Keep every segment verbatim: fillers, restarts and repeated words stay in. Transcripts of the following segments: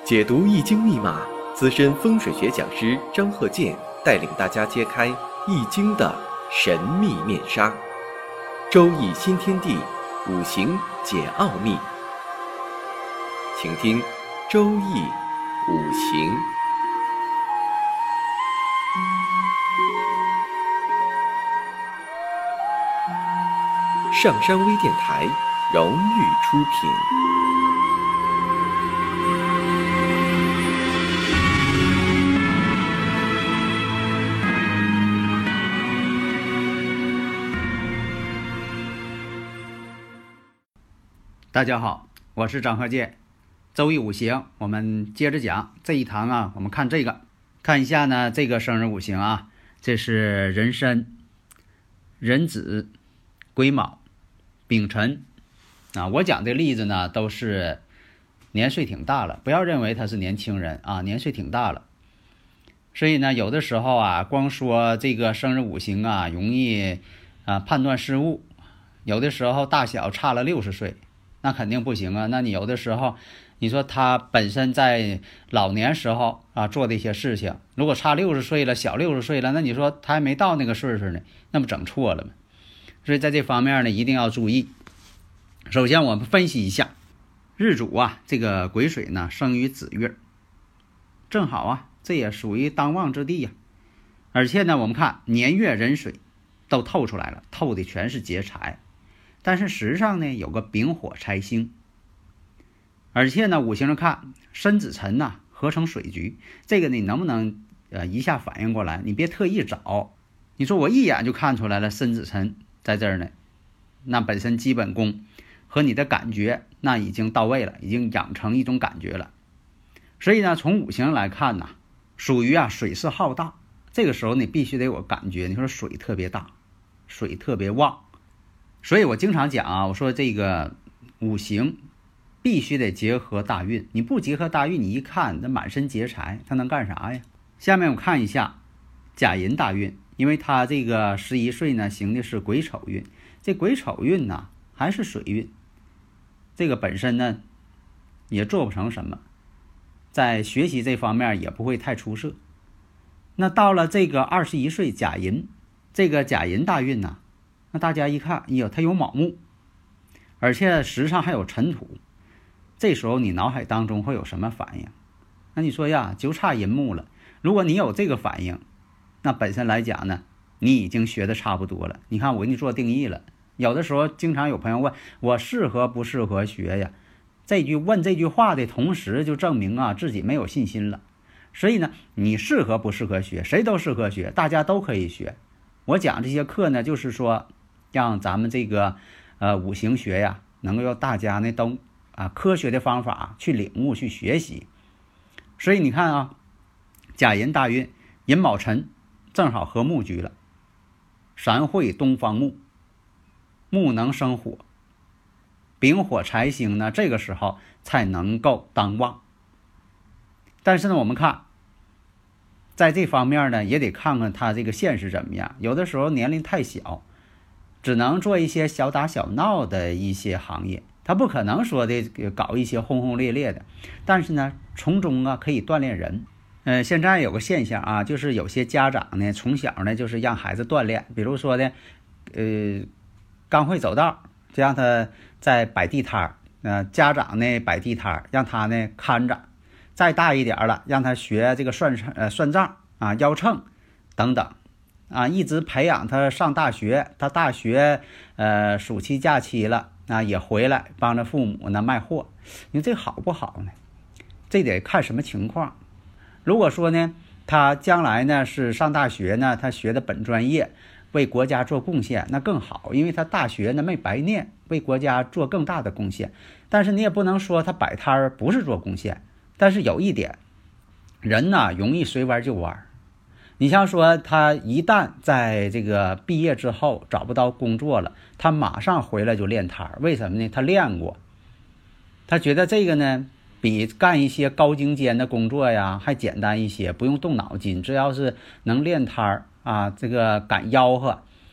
解读易经密码，资深风水学讲师张鹤剑带领大家揭开易经的神秘面纱。周易新天地，五行解奥秘。请听周易五行。上山微电台荣誉出品。 大家好，我是张鹤剑。周易五行，我们接着讲。这一堂啊，我们看这个，看一下呢，这个生日五行啊，这是壬申、壬子、癸卯、丙辰啊。我讲的例子呢，都是年岁挺大了，不要认为他是年轻人啊，年岁挺大了。所以呢，有的时候啊，光说这个生日五行啊，容易啊判断失误。有的时候大小差了六十岁。那肯定不行啊！那你有的时候，你说他本身在老年时候啊做的一些事情，如果差六十岁了，小六十岁了，那你说他还没到那个岁数呢，那不整错了吗？所以在这方面呢，一定要注意。首先，我们分析一下日主啊，这个癸水呢生于子月，正好啊，这也属于当旺之地呀、啊。而且呢，我们看年月壬水都透出来了，透的全是劫财。但是实际上呢，有个丙火财星，而且呢，五行上看申子辰呐、啊、合成水局，这个你能不能呃一下反应过来？你别特意找，你说我一眼就看出来了，申子辰在这儿呢，那本身基本功和你的感觉那已经到位了，已经养成一种感觉了。所以呢，从五行来看呢，属于啊水势浩大，这个时候你必须得有感觉，你说水特别大，水特别旺。所以我经常讲啊，我说这个五行必须得结合大运，你不结合大运，你一看那满身劫财，他能干啥呀？下面我看一下甲寅大运，因为他这个十一岁呢行的是癸丑运，这癸丑运呢还是水运，这个本身呢也做不成什么，在学习这方面也不会太出色。那到了这个二十一岁甲寅，这个甲寅大运呢，那大家一看，哎呦，它有卯木，而且实际上还有尘土，这时候你脑海当中会有什么反应？那你说呀，就差寅木了。如果你有这个反应，那本身来讲呢，你已经学的差不多了。你看我给你做定义了。有的时候经常有朋友问我适合不适合学呀？这句问这句话的同时，就证明啊自己没有信心了。所以呢，你适合不适合学？谁都适合学，大家都可以学。我讲这些课呢，就是说让咱们这个呃五行学呀，能够让大家呢都啊科学的方法去领悟去学习。所以你看啊，甲寅大运，寅卯辰正好合木局了，三会东方木，木能生火，丙火财星呢，这个时候才能够当旺。但是呢，我们看在这方面呢，也得看看他这个现实怎么样。有的时候年龄太小，只能做一些小打小闹的一些行业，他不可能说的搞一些轰轰烈烈的。但是呢，从中啊可以锻炼人。呃，现在有个现象啊，就是有些家长呢，从小呢就是让孩子锻炼，比如说呢，呃，刚会走道，就让他在摆地摊儿，呃，家长呢摆地摊儿，让他呢看着。再大一点了，让他学这个算呃算账啊、腰秤等等啊，一直培养他上大学。他大学呃暑期假期了啊，也回来帮着父母呢卖货。你说这好不好呢？这得看什么情况。如果说呢，他将来呢是上大学呢，他学的本专业，为国家做贡献，那更好，因为他大学呢没白念，为国家做更大的贡献。但是你也不能说他摆摊儿不是做贡献。但是有一点，人呢容易随弯就弯。你像说他一旦在这个毕业之后找不到工作了，他马上回来就练摊儿。为什么呢？他练过，他觉得这个呢比干一些高精尖的工作呀还简单一些，不用动脑筋，只要是能练摊儿啊，这个敢吆喝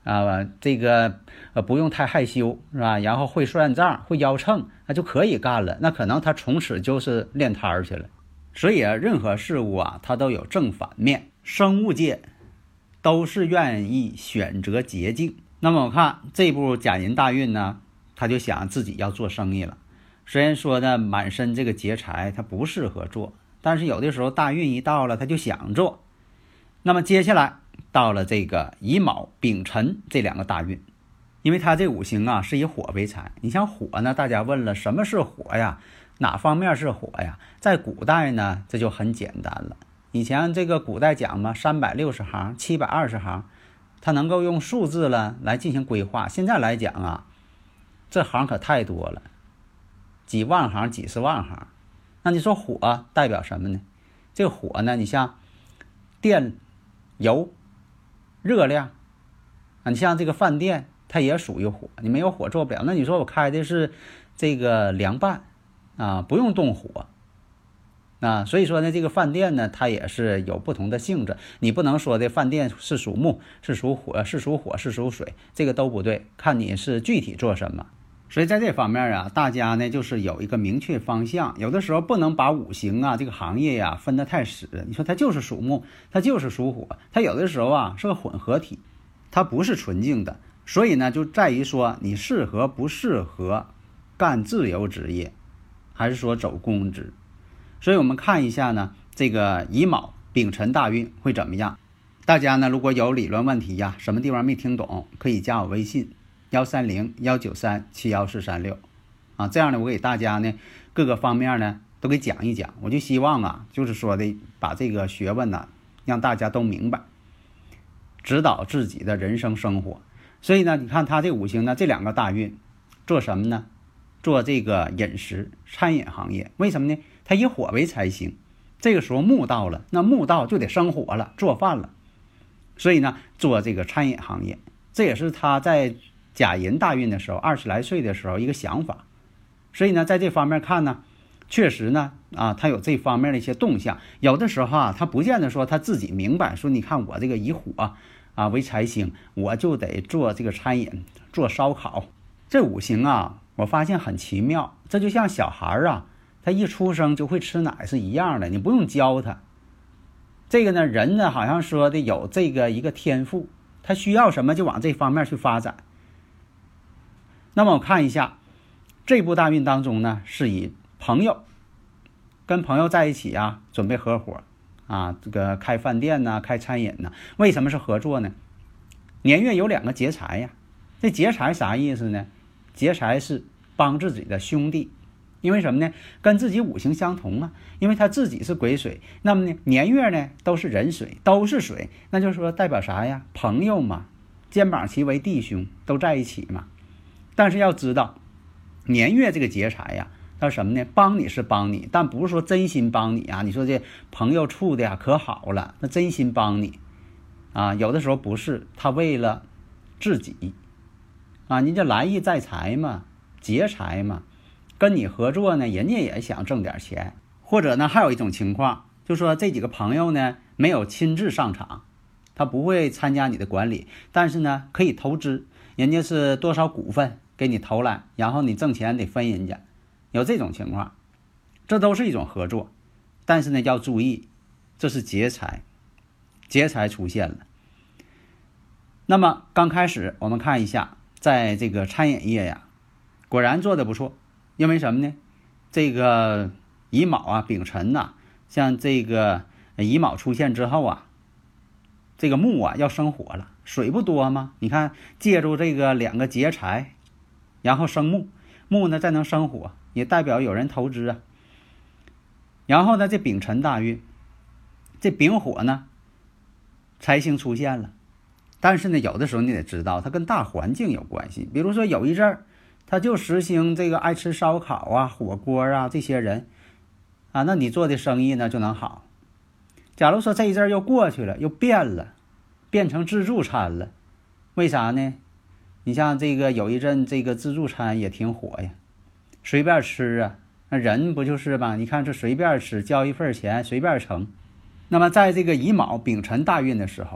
啊，这个呃不用太害羞，是吧？然后会算账，会腰秤，那就可以干了。那可能他从此就是练摊儿去了。所以啊，任何事物啊，它都有正反面。生物界都是愿意选择捷径。那么我看这部甲寅大运呢，他就想自己要做生意了。虽然说呢，满身这个劫财他不适合做，但是有的时候大运一到了，他就想做。那么接下来到了这个乙卯丙辰这两个大运，因为它这五行啊是以火为财。你像火呢，大家问了什么是火呀？哪方面是火呀？在古代呢，这就很简单了。以前这个古代讲嘛，三百六十行，七百二十行，它能够用数字了来进行规划。现在来讲啊，这行可太多了，几万行、几十万行。那你说火代表什么呢？这个火呢，你像电、油、热量啊，你像这个饭店，它也属于火，你没有火做不了。那你说我开的是这个凉拌啊，不用动火啊，所以说呢，这个饭店呢，它也是有不同的性质。你不能说的饭店是属木，是属火，是属火，是属水，这个都不对，看你是具体做什么。所以在这方面啊，大家呢就是有一个明确方向。有的时候不能把五行啊这个行业呀、啊、分得太死。你说它就是属木，它就是属火，它有的时候啊是个混合体，它不是纯净的。所以呢，就在于说你适合不适合干自由职业，还是说走公职。所以我们看一下呢，这个乙卯丙辰大运会怎么样？大家呢如果有理论问题呀，什么地方没听懂，可以加我微信幺三零幺九三七幺四三六啊，这样呢我给大家呢各个方面呢都给讲一讲。我就希望啊，就是说的把这个学问呢让大家都明白，指导自己的人生生活。所以呢，你看他这五行呢，这两个大运做什么呢？做这个饮食餐饮行业。为什么呢？他以火为财星，这个时候木到了，那木到就得生火了，做饭了。所以呢，做这个餐饮行业，这也是他在甲寅大运的时候，二十来岁的时候一个想法。所以呢，在这方面看呢，确实呢，啊，他有这方面的一些动向。有的时候啊，他不见得说他自己明白，说你看我这个以火啊为财星，我就得做这个餐饮，做烧烤。这五行啊，我发现很奇妙，这就像小孩啊，他一出生就会吃奶是一样的，你不用教他。这个呢，人呢好像说的有这个一个天赋，他需要什么就往这方面去发展。那么我看一下这部大运当中呢，是以朋友跟朋友在一起啊，准备合伙啊，这个开饭店呢、啊，开餐饮呢、啊。为什么是合作呢？年月有两个劫财呀，这劫财啥意思呢？劫财是帮自己的兄弟，因为什么呢？跟自己五行相同啊，因为他自己是癸水，那么呢年月呢都是壬水，都是水，那就是说代表啥呀？朋友嘛，肩膀齐为弟兄，都在一起嘛。但是要知道，年月这个劫财呀，它什么呢？帮你是帮你，但不是说真心帮你啊。你说这朋友处的呀可好了，那真心帮你啊，有的时候不是，他为了自己啊，你这来意在财嘛，劫财嘛，跟你合作呢，人家也想挣点钱。或者呢，还有一种情况，就说这几个朋友呢没有亲自上场，他不会参加你的管理，但是呢可以投资，人家是多少股份给你投来，然后你挣钱得分人家，有这种情况，这都是一种合作。但是呢要注意，这是劫财，劫财出现了。那么刚开始我们看一下，在这个餐饮业呀，果然做得不错。因为什么呢？这个乙卯啊丙辰呐、啊，像这个乙卯出现之后啊，这个木啊要生火了，水不多吗？你看借助这个两个劫财，然后生木，木呢再能生火，也代表有人投资啊。然后呢，这丙辰大运，这丙火呢财星出现了，但是呢有的时候你得知道它跟大环境有关系。比如说有一阵儿他就实行这个爱吃烧烤啊火锅啊这些人啊，那你做的生意呢就能好。假如说这一阵又过去了，又变了，变成自助餐了，为啥呢？你像这个有一阵这个自助餐也挺火呀，随便吃啊，那人不就是吧？你看这随便吃，交一份钱随便盛。那么在这个乙卯丙辰大运的时候，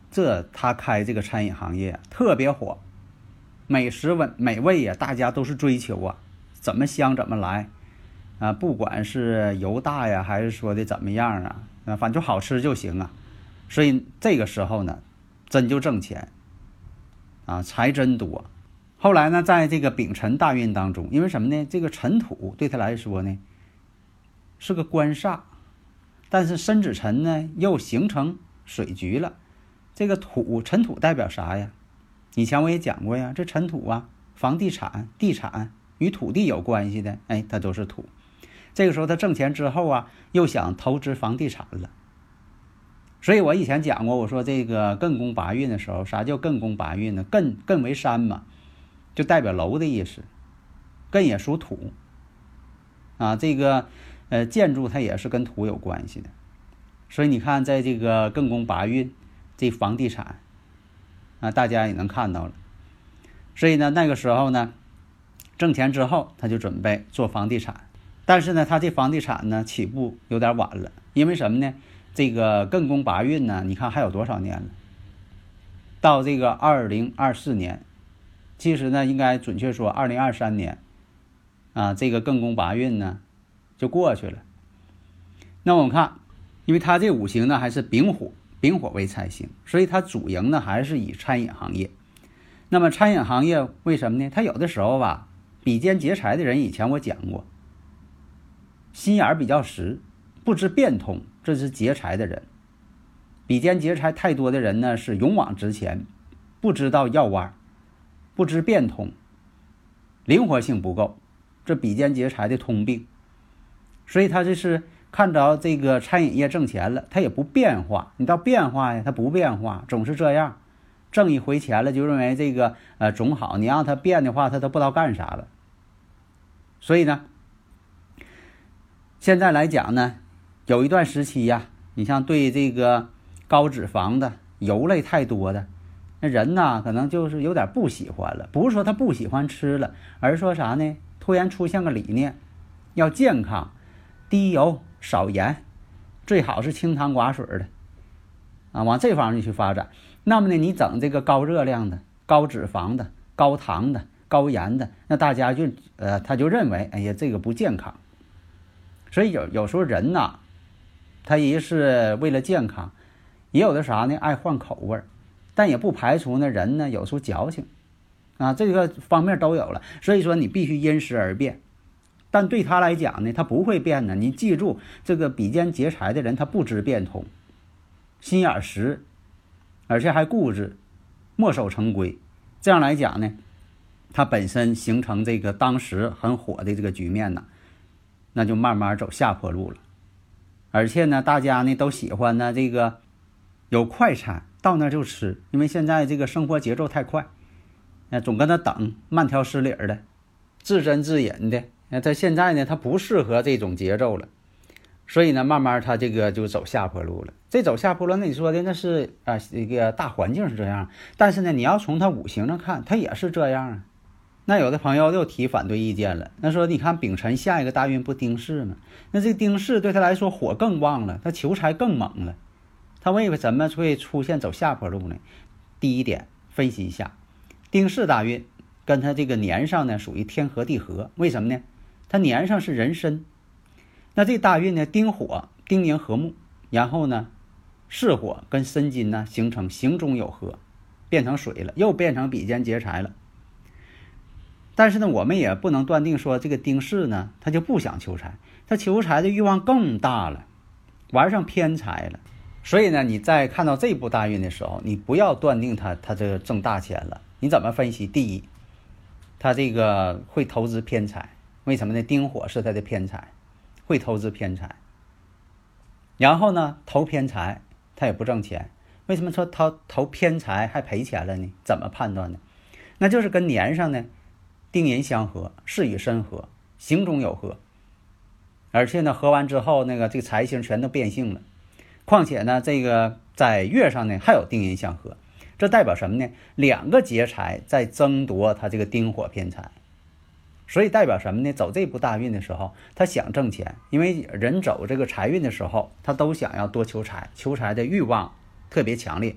这他开这个餐饮行业特别火，美食味美味呀，大家都是追求啊，怎么香怎么来啊，不管是油大呀，还是说的怎么样啊，啊，反正好吃就行啊。所以这个时候呢，真就挣钱啊，财真多。后来呢，在这个丙辰大运当中，因为什么呢？这个辰土对他来说呢是个官煞，但是申子辰呢又形成水局了。这个土辰土代表啥呀？以前我也讲过呀，这辰土啊，房地产、地产与土地有关系的，哎，它都是土。这个时候他挣钱之后啊，又想投资房地产了。所以我以前讲过，我说这个艮宫八运的时候，啥叫艮宫八运呢？艮艮为山嘛，就代表楼的意思，艮也属土啊，这个呃建筑它也是跟土有关系的。所以你看，在这个艮宫八运，这房地产啊，大家也能看到了。所以呢，那个时候呢，挣钱之后，他就准备做房地产。但是呢，他这房地产呢起步有点晚了，因为什么呢？这个艮宫八运呢，你看还有多少年了？到这个二零二四年，其实呢，应该准确说二零二三年啊，这个艮宫八运呢就过去了。那我们看，因为它这五行呢还是丙火，丙火为财星，所以它主营呢还是以餐饮行业。那么餐饮行业为什么呢？它有的时候吧，比肩劫财的人，以前我讲过，心眼儿比较实，不知变通，这是劫财的人。比肩劫财太多的人呢，是勇往直前，不知道要弯，不知变通，灵活性不够，这比肩劫财的通病。所以他这是看着这个餐饮业挣钱了，他也不变化。你到变化呀，他不变化，总是这样，挣一回钱了就认为这个呃总好，你让他变的话，他都不知道干啥了。所以呢，现在来讲呢，有一段时期呀，你像对这个高脂肪的、油类太多的那人呢，可能就是有点不喜欢了。不是说他不喜欢吃了，而是说啥呢？突然出现个理念，要健康，低油少盐，最好是清汤寡水的啊，往这方面去发展。那么呢，你整这个高热量的、高脂肪的、高糖的、高盐的，那大家就呃他就认为，哎呀，这个不健康。所以有有时候人呐，他也是为了健康，也有的啥呢，爱换口味，但也不排除呢人呢有时候矫情啊，这个方面都有了。所以说你必须因时而变，但对他来讲呢，他不会变的。你记住，这个比肩劫财的人，他不知变通，心眼实，而且还固执，墨守成规。这样来讲呢，他本身形成这个当时很火的这个局面呢，那就慢慢走下坡路了。而且呢，大家呢都喜欢呢这个有快餐，到那就吃，因为现在这个生活节奏太快，呃，总跟他等，慢条斯理的，自斟自饮的。那他现在呢，他不适合这种节奏了，所以呢，慢慢他这个就走下坡路了。这走下坡路，那你说的那是啊，这个大环境是这样，但是呢，你要从他五行上看，他也是这样啊。那有的朋友又提反对意见了，那说你看丙辰下一个大运不丁巳吗？那这丁巳对他来说火更旺了，他求财更猛了，他为什么会出现走下坡路呢？第一点分析一下，丁巳大运跟他这个年上呢属于天合地合，为什么呢？他年上是人身，那这大运呢丁火丁年合木，然后呢巳火跟申金呢形成形中有合，变成水了，又变成比肩劫财了。但是呢，我们也不能断定说这个丁巳呢，他就不想求财，他求财的欲望更大了，玩上偏财了。所以呢，你在看到这部大运的时候，你不要断定他他这个挣大钱了。你怎么分析？第一，他这个会投资偏财，为什么呢？丁火是他的偏财，会投资偏财。然后呢，投偏财他也不挣钱，为什么说他投偏财还赔钱了呢？怎么判断呢？那就是跟年上呢丁寅相合，巳与申合，形中有合，而且呢合完之后，那个这个财星全都变性了。况且呢，这个在月上呢还有丁寅相合，这代表什么呢？两个劫财在争夺他这个丁火偏财，所以代表什么呢？走这步大运的时候，他想挣钱，因为人走这个财运的时候，他都想要多求财，求财的欲望特别强烈。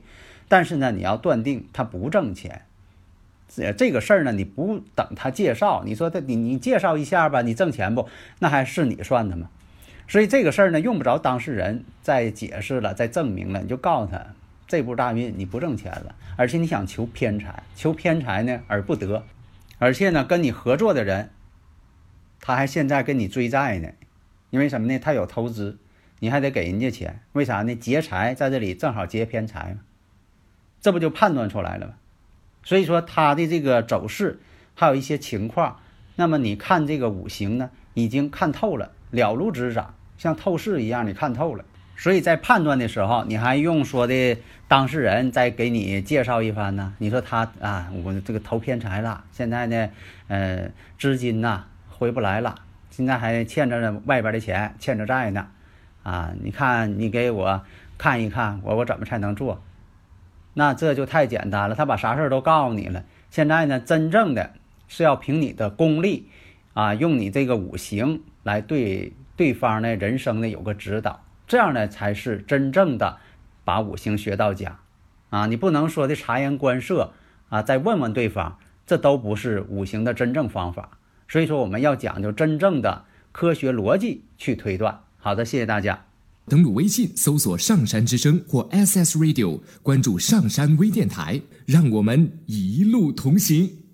但是呢，你要断定他不挣钱。这个事儿呢，你不等他介绍，你说他你你介绍一下吧，你挣钱不？那还是你算的吗？所以这个事儿呢，用不着当事人再解释了，再证明了，你就告诉他这步大运你不挣钱了，而且你想求偏财，求偏财呢而不得，而且呢跟你合作的人他还现在跟你追债呢，因为什么呢？他有投资，你还得给人家钱，为啥呢？劫财在这里正好劫偏财嘛，这不就判断出来了吗？所以说他的这个走势还有一些情况，那么你看这个五行呢，已经看透了，了如指掌，像透视一样你看透了。所以在判断的时候，你还用说的当事人再给你介绍一番呢？你说他啊，我这个投偏财了，现在呢，呃，资金呐、啊、回不来了，现在还欠着外边的钱，欠着债呢，啊，你看你给我看一看，我我怎么才能做？那这就太简单了，他把啥事儿都告诉你了。现在呢，真正的是要凭你的功力啊，用你这个五行来对对方呢人生呢有个指导。这样呢才是真正的把五行学到家啊！你不能说的察言观色啊，再问问对方，这都不是五行的真正方法。所以说我们要讲究真正的科学逻辑去推断。好的，谢谢大家。 登录微信搜索上山之声或 S S Radio， 关注上山微电台，让我们一路同行。